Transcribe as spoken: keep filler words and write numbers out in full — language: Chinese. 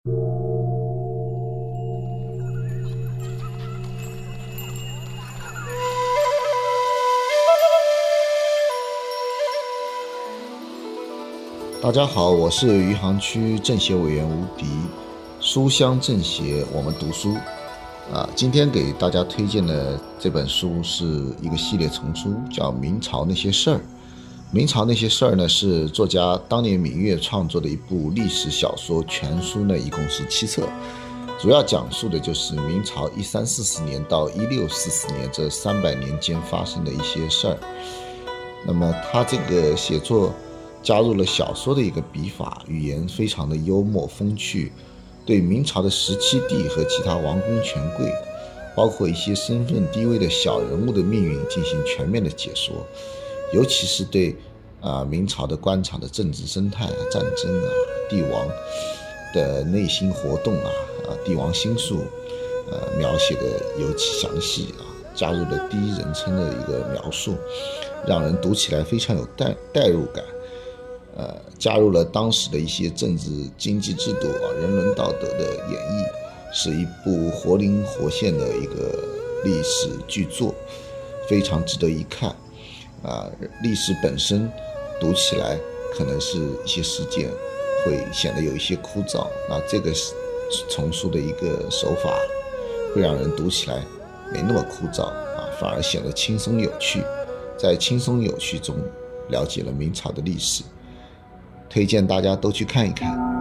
大家好，我是余杭区政协委员吴迪，书香政协，我们读书啊。今天给大家推荐的这本书是一个系列丛书，叫《明朝那些事儿》。明朝那些事儿呢，是作家当年芈月创作的一部历史小说全书呢，一共是七册，主要讲述的就是明朝一三四四年到一六四四年这三百年间发生的一些事儿。那么他这个写作加入了小说的一个笔法，语言非常的幽默风趣，对明朝的十七帝和其他王公权贵，包括一些身份低微的小人物的命运进行全面的解说，尤其是对啊、呃、明朝的官场的政治生态啊、战争啊、帝王的内心活动啊、啊帝王心术，呃描写的尤其详细啊，加入了第一人称的一个描述，让人读起来非常有代代入感。呃，加入了当时的一些政治经济制度啊、人伦道德的演绎，是一部活灵活现的一个历史巨作，非常值得一看啊。历史本身读起来可能是一些事件会显得有一些枯燥，那这个丛书的一个手法会让人读起来没那么枯燥啊，反而显得轻松有趣，在轻松有趣中了解了明朝的历史。推荐大家都去看一看。